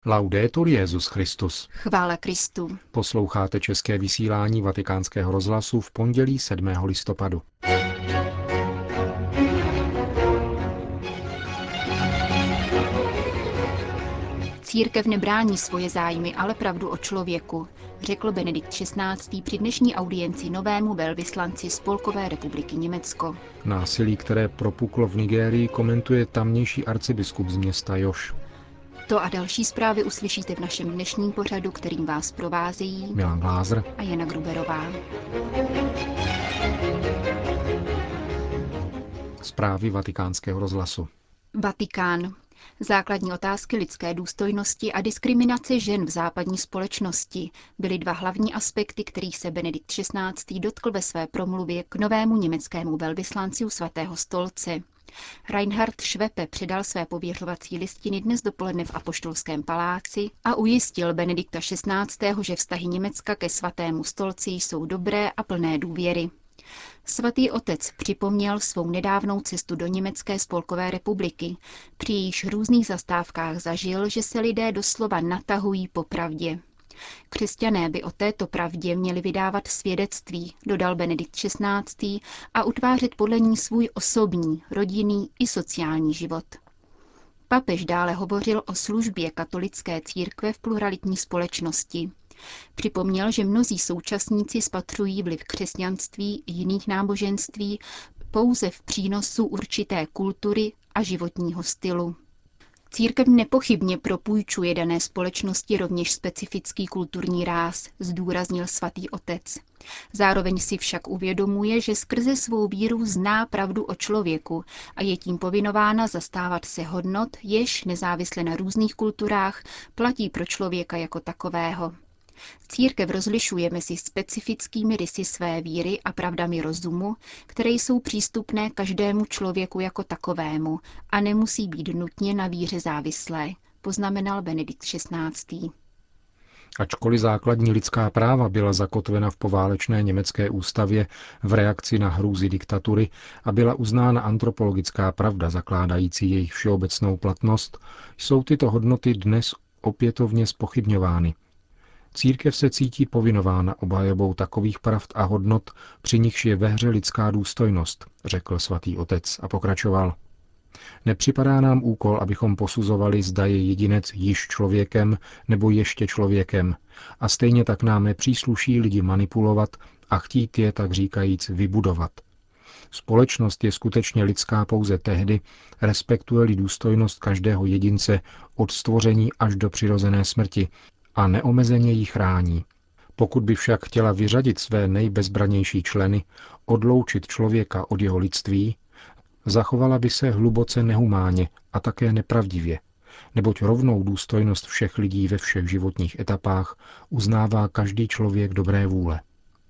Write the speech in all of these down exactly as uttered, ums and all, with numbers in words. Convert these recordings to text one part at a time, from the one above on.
Laudetur Jesus Christus. Chvála Kristu. Posloucháte české vysílání Vatikánského rozhlasu v pondělí sedmého listopadu. Církev nebrání svoje zájmy, ale pravdu o člověku, řekl Benedikt šestnáctý. Při dnešní audienci novému velvyslanci Spolkové republiky Německo. Násilí, které propuklo v Nigérii, komentuje tamnější arcibiskup z města Jos. To a další zprávy uslyšíte v našem dnešním pořadu, kterým vás provázejí Milan Glázer a Jana Gruberová. Zprávy Vatikánského rozhlasu. Vatikán. Základní otázky lidské důstojnosti a diskriminace žen v západní společnosti byly dva hlavní aspekty, kterých se Benedikt šestnáctý. Dotkl ve své promluvě k novému německému velvyslanci u svatého stolce. Reinhard Schweppe předal své pověřovací listiny dnes dopoledne v Apoštolském paláci a ujistil Benedikta šestnáctého. že vztahy Německa ke svatému stolci jsou dobré a plné důvěry. Svatý otec připomněl svou nedávnou cestu do Německé spolkové republiky. Při jejíž různých zastávkách zažil, že se lidé doslova natahují po pravdě. Křesťané by o této pravdě měli vydávat svědectví, dodal Benedikt šestnáctý. a utvářet podle ní svůj osobní, rodinný i sociální život. Papež dále hovořil o službě katolické církve v pluralitní společnosti. Připomněl, že mnozí současníci spatřují vliv křesťanství i jiných náboženství pouze v přínosu určité kultury a životního stylu. Církev nepochybně propůjčuje dané společnosti rovněž specifický kulturní ráz, zdůraznil svatý otec. Zároveň si však uvědomuje, že skrze svou víru zná pravdu o člověku a je tím povinována zastávat se hodnot, jež nezávisle na různých kulturách platí pro člověka jako takového. Církev rozlišuje mezi specifickými rysy své víry a pravdami rozumu, které jsou přístupné každému člověku jako takovému a nemusí být nutně na víře závislé, poznamenal Benedikt šestnáctý. Ačkoliv základní lidská práva byla zakotvena v poválečné německé ústavě v reakci na hrůzy diktatury a byla uznána antropologická pravda zakládající jejich všeobecnou platnost, jsou tyto hodnoty dnes opětovně zpochybňovány. Církev se cítí povinována obhajobou takových pravd a hodnot, při nichž je ve hře lidská důstojnost, řekl svatý otec a pokračoval. Nepřipadá nám úkol, abychom posuzovali, zda je jedinec již člověkem nebo ještě člověkem, a stejně tak nám nepřísluší lidi manipulovat a chtít je, tak říkajíc, vybudovat. Společnost je skutečně lidská pouze tehdy, respektuje-li důstojnost každého jedince od stvoření až do přirozené smrti, a neomezeně ji chrání. Pokud by však chtěla vyřadit své nejbezbranější členy, odloučit člověka od jeho lidství, zachovala by se hluboce nehumánně a také nepravdivě, neboť rovnou důstojnost všech lidí ve všech životních etapách uznává každý člověk dobré vůle.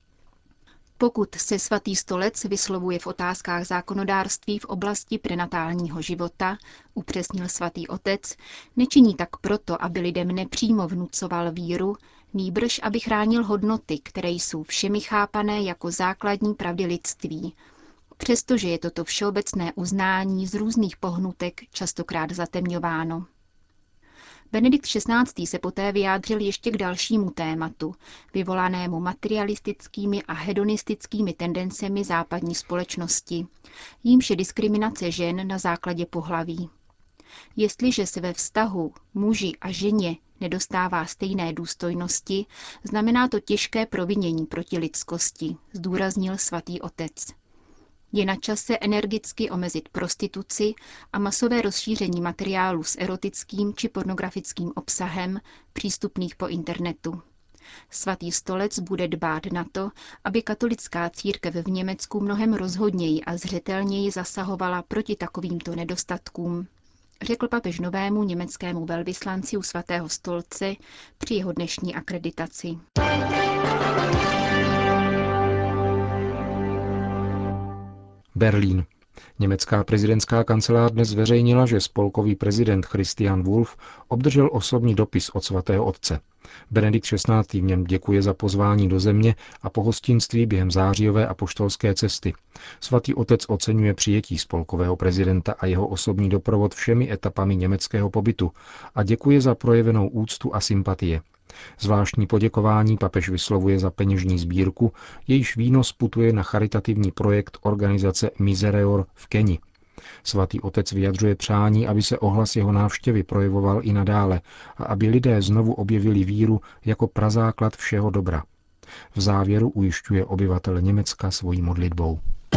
Pokud se svatý stolec vyslovuje v otázkách zákonodárství v oblasti prenatálního života, upřesnil svatý otec, nečiní tak proto, aby lidem nepřímo vnucoval víru, nýbrž aby chránil hodnoty, které jsou všemi chápané jako základní pravdy lidství, přestože je toto všeobecné uznání z různých pohnutek častokrát zatemňováno. Benedikt šestnáctý. Se poté vyjádřil ještě k dalšímu tématu, vyvolanému materialistickými a hedonistickými tendencemi západní společnosti, jímž je diskriminace žen na základě pohlaví. Jestliže se ve vztahu muži a ženě nedostává stejné důstojnosti, znamená to těžké provinění proti lidskosti, zdůraznil svatý otec. Je na čase energicky omezit prostituci a masové rozšíření materiálů s erotickým či pornografickým obsahem přístupných po internetu. Svatý stolec bude dbát na to, aby katolická církev v Německu mnohem rozhodněji a zřetelněji zasahovala proti takovýmto nedostatkům, řekl papež novému německému velvyslanci u svatého stolce při jeho dnešní akreditaci. Berlín. Německá prezidentská kancelář dnes zveřejnila, že spolkový prezident Christian Wulff obdržel osobní dopis od svatého otce. Benedikt šestnáctý v něm děkuje za pozvání do země a pohostinství během zářijové apoštolské cesty. Svatý otec oceňuje přijetí spolkového prezidenta a jeho osobní doprovod všemi etapami německého pobytu a děkuje za projevenou úctu a sympatie. Zvláštní poděkování papež vyslovuje za peněžní sbírku, jejíž výnos putuje na charitativní projekt organizace Misereor v Keni. Svatý otec vyjadřuje přání, aby se ohlas jeho návštěvy projevoval i nadále a aby lidé znovu objevili víru jako prazáklad všeho dobra. V závěru ujišťuje obyvatele Německa svojí modlitbou.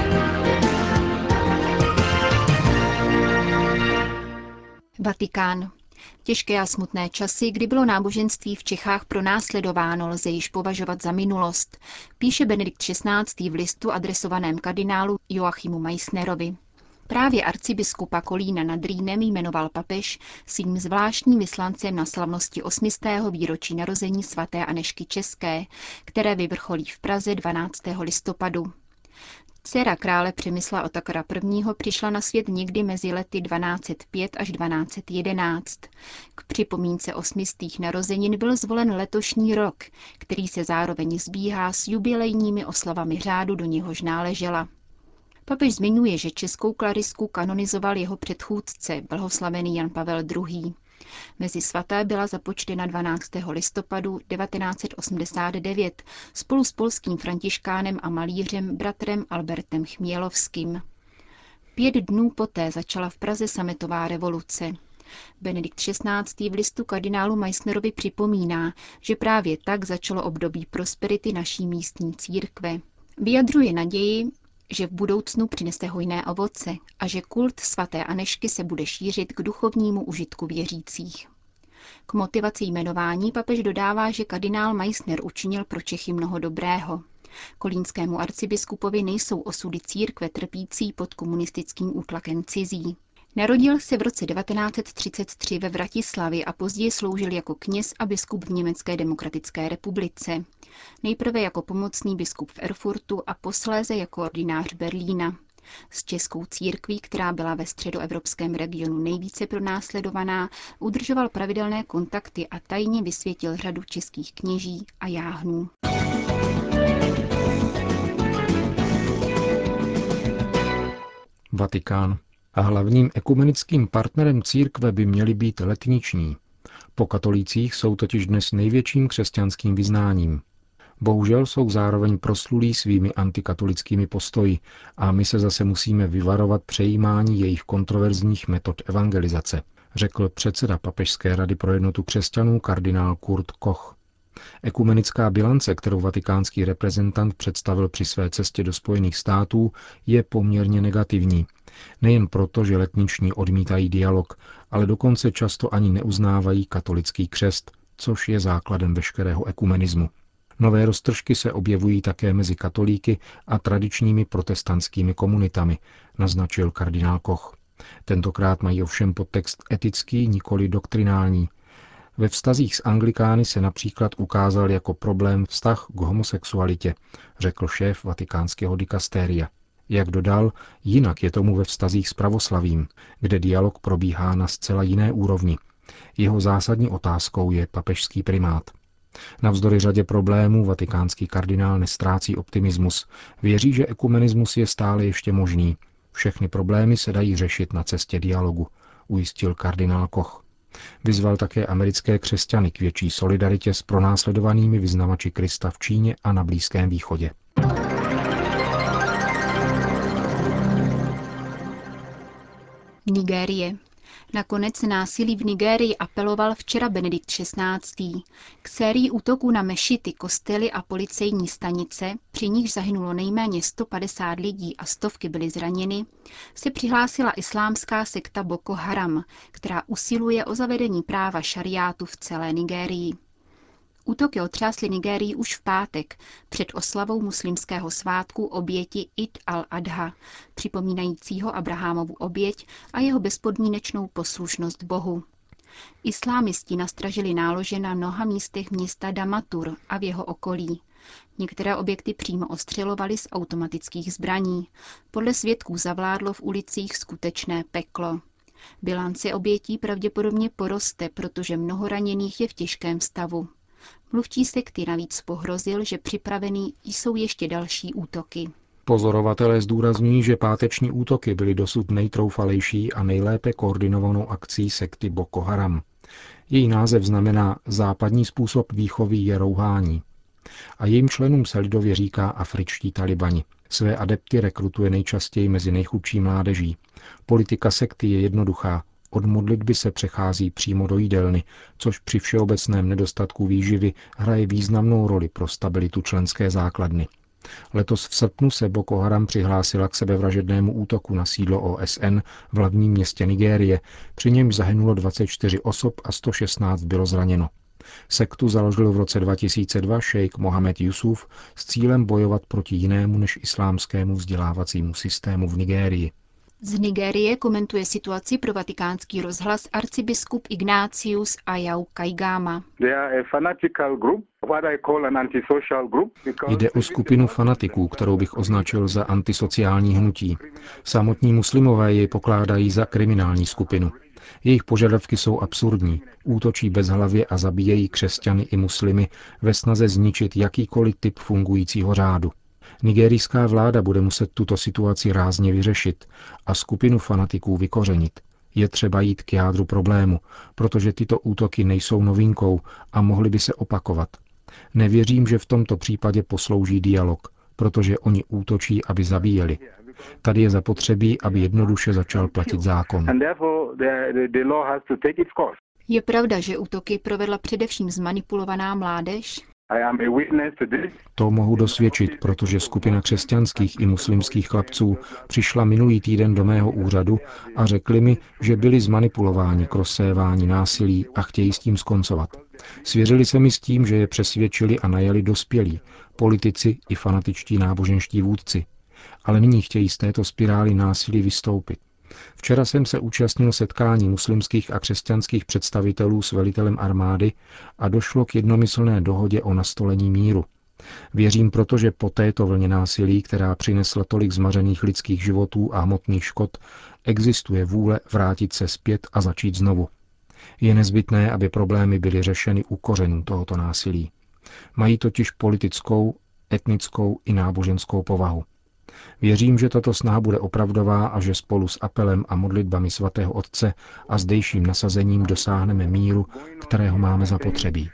Vatikán. Těžké a smutné časy, kdy bylo náboženství v Čechách pronásledováno, lze již považovat za minulost, píše Benedikt šestnáctý v listu adresovaném kardinálu Joachimu Meissnerovi. Právě arcibiskupa Kolína nad Rýnem jmenoval papež svým zvláštním vyslancem na slavnosti osmistého výročí narození svaté Anežky České, které vyvrcholí v Praze dvanáctého listopadu. Dcera krále Přemysla Otakara I. přišla na svět někdy mezi lety dvanáct set pět až dvanáct set jedenáct. K připomínce osmistých narozenin byl zvolen letošní rok, který se zároveň sbíhá s jubilejními oslavami řádu, do něhož náležela. Papež zmiňuje, že českou klarisku kanonizoval jeho předchůdce, blahoslavený Jan Pavel druhý. Mezi svaté byla započtena dvanáctého listopadu devatenáct set osmdesát devět spolu s polským františkánem a malířem bratrem Albertem Chmielovským. Pět dnů poté začala v Praze sametová revoluce. Benedikt šestnáctý v listu kardinálu Meissnerovi připomíná, že právě tak začalo období prosperity naší místní církve. Vyjadřuje naději, že v budoucnu přinese hojné ovoce a že kult svaté Anežky se bude šířit k duchovnímu užitku věřících. K motivaci jmenování papež dodává, že kardinál Meissner učinil pro Čechy mnoho dobrého. Kolínskému arcibiskupovi nejsou osudy církve trpící pod komunistickým útlakem cizí. Narodil se v roce devatenáct set třicet tři ve Vratislavi a později sloužil jako kněz a biskup v Německé demokratické republice. Nejprve jako pomocný biskup v Erfurtu a posléze jako ordinář Berlína. S českou církví, která byla ve středoevropském regionu nejvíce pronásledovaná, udržoval pravidelné kontakty a tajně vysvětil řadu českých kněží a jáhnů. Vatikán. A hlavním ekumenickým partnerem církve by měli být letniční. Po katolících jsou totiž dnes největším křesťanským vyznáním. Bohužel jsou zároveň proslulí svými antikatolickými postoji a my se zase musíme vyvarovat přejímání jejich kontroverzních metod evangelizace, řekl předseda Papežské rady pro jednotu křesťanů kardinál Kurt Koch. Ekumenická bilance, kterou vatikánský reprezentant představil při své cestě do Spojených států, je poměrně negativní. Nejen proto, že letniční odmítají dialog, ale dokonce často ani neuznávají katolický křest, což je základem veškerého ekumenismu. Nové roztržky se objevují také mezi katolíky a tradičními protestantskými komunitami, naznačil kardinál Koch. Tentokrát mají ovšem podtext etický, nikoli doktrinální. Ve vztazích s anglikány se například ukázal jako problém vztah k homosexualitě, řekl šéf vatikánského dikastéria. Jak dodal, jinak je tomu ve vztazích s pravoslavím, kde dialog probíhá na zcela jiné úrovni. Jeho zásadní otázkou je papežský primát. Navzdory řadě problémů vatikánský kardinál nestrácí optimismus. Věří, že ekumenismus je stále ještě možný. Všechny problémy se dají řešit na cestě dialogu, ujistil kardinál Koch. Vyzval také americké křesťany k větší solidaritě s pronásledovanými vyznavači Krista v Číně a na Blízkém východě. Nigérie. Nakonec násilí v Nigérii apeloval včera Benedikt šestnáctý. K sérii útoků na mešity, kostely a policejní stanice, při nichž zahynulo nejméně sto padesát lidí a stovky byly zraněny, se přihlásila islámská sekta Boko Haram, která usiluje o zavedení práva šariátu v celé Nigérii. Útoky otřásly Nigérii už v pátek, před oslavou muslimského svátku oběti Id al-Adha, připomínajícího Abrahamovu oběť a jeho bezpodmínečnou poslušnost Bohu. Islámisti nastražili nálože na mnoha místech města Damatur a v jeho okolí. Některé objekty přímo ostřelovali z automatických zbraní. Podle svědků zavládlo v ulicích skutečné peklo. Bilance obětí pravděpodobně poroste, protože mnoho raněných je v těžkém stavu. Mluvčí sekty navíc pohrozil, že připravený jsou ještě další útoky. Pozorovatelé zdůrazňují, že páteční útoky byly dosud nejtroufalejší a nejlépe koordinovanou akcí sekty Boko Haram. Její název znamená západní způsob výchovy je rouhání. A jejím členům se lidově říká afričtí talibani. Své adepty rekrutuje nejčastěji mezi nejchudší mládeží. Politika sekty je jednoduchá. Od modlitby se přechází přímo do jídelny, což při všeobecném nedostatku výživy hraje významnou roli pro stabilitu členské základny. Letos v srpnu se Boko Haram přihlásila k sebevražednému útoku na sídlo O S N v hlavním městě Nigérie, při němž zahynulo dvacet čtyři osob a sto šestnáct bylo zraněno. Sektu založil v roce dva tisíce dva šejk Mohamed Jusuf s cílem bojovat proti jinému než islámskému vzdělávacímu systému v Nigérii. Z Nigérie komentuje situaci pro Vatikánský rozhlas arcibiskup Ignatius Ayau Kaigama. Jde o skupinu fanatiků, kterou bych označil za antisociální hnutí. Samotní muslimové jej pokládají za kriminální skupinu. Jejich požadavky jsou absurdní, útočí bezhlavě a zabíjejí křesťany i muslimy ve snaze zničit jakýkoliv typ fungujícího řádu. Nigerijská vláda bude muset tuto situaci rázně vyřešit a skupinu fanatiků vykořenit. Je třeba jít k jádru problému, protože tyto útoky nejsou novinkou a mohly by se opakovat. Nevěřím, že v tomto případě poslouží dialog, protože oni útočí, aby zabíjeli. Tady je zapotřebí, aby jednoduše začal platit zákon. Je pravda, že útoky provedla především zmanipulovaná mládež? To mohu dosvědčit, protože skupina křesťanských i muslimských chlapců přišla minulý týden do mého úřadu a řekli mi, že byli zmanipulováni k rozsévání násilí a chtějí s tím skoncovat. Svěřili se mi s tím, že je přesvědčili a najali dospělí, politici i fanatičtí náboženští vůdci. Ale nyní chtějí z této spirály násilí vystoupit. Včera jsem se účastnil setkání muslimských a křesťanských představitelů s velitelem armády a došlo k jednomyslné dohodě o nastolení míru. Věřím proto, že po této vlně násilí, která přinesla tolik zmařených lidských životů a hmotných škod, existuje vůle vrátit se zpět a začít znovu. Je nezbytné, aby problémy byly řešeny u kořenů tohoto násilí. Mají totiž politickou, etnickou i náboženskou povahu. Věřím, že tato snaha bude opravdová a že spolu s apelem a modlitbami svatého Otce a zdejším nasazením dosáhneme míru, kterého máme zapotřebí.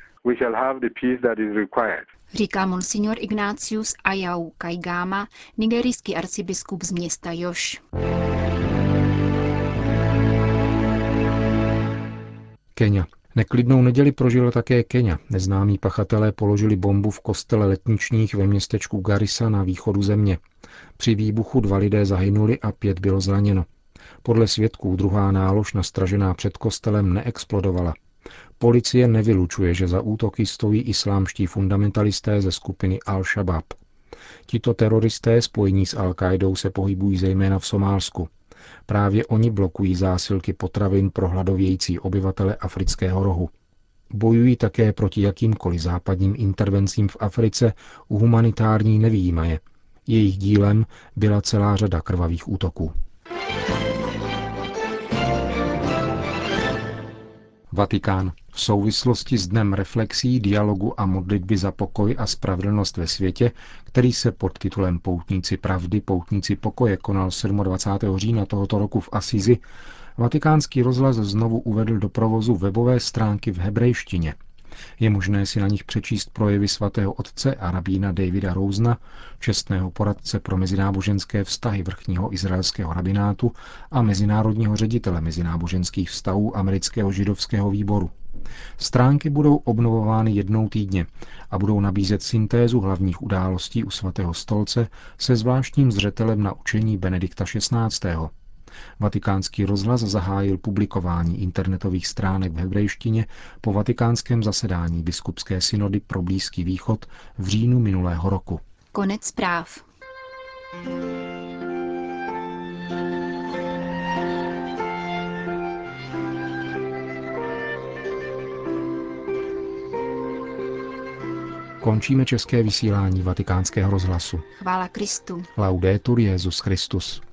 Říká monsignor Ignatius Ayau Kaigama, nigerijský arcibiskup z města Jos. Kenya. Neklidnou neděli prožila také Kenya. Neznámí pachatelé položili bombu v kostele letničních ve městečku Garissa na východu země. Při výbuchu dva lidé zahynuli a pět bylo zraněno. Podle svědků druhá nálož nastražená před kostelem neexplodovala. Policie nevylučuje, že za útoky stojí islámští fundamentalisté ze skupiny Al-Shabaab. Tito teroristé spojení s Al-Qaidou se pohybují zejména v Somálsku. Právě oni blokují zásilky potravin pro hladovějící obyvatele Afrického rohu. Bojují také proti jakýmkoliv západním intervencím v Africe, u humanitární nevyjímaje. Jejich dílem byla celá řada krvavých útoků. Vatikán. V souvislosti s dnem reflexí, dialogu a modlitby za pokoj a spravedlnost ve světě, který se pod titulem Poutníci pravdy, poutníci pokoje konal dvacátého sedmého října tohoto roku v Asízi, Vatikánský rozhlas znovu uvedl do provozu webové stránky v hebrejštině. Je možné si na nich přečíst projevy svatého otce a rabína Davida Rosena, čestného poradce pro mezináboženské vztahy vrchního izraelského rabinátu a mezinárodního ředitele mezináboženských vztahů amerického židovského výboru. Stránky budou obnovovány jednou týdně a budou nabízet syntézu hlavních událostí u svatého stolce se zvláštním zřetelem na učení Benedikta šestnáctého. Vatikánský rozhlas zahájil publikování internetových stránek v hebrejštině po vatikánském zasedání biskupské synody pro Blízký východ v říjnu minulého roku. Konec zpráv. Končíme české vysílání Vatikánského rozhlasu. Chvála Kristu. Laudetur Jesus Christus.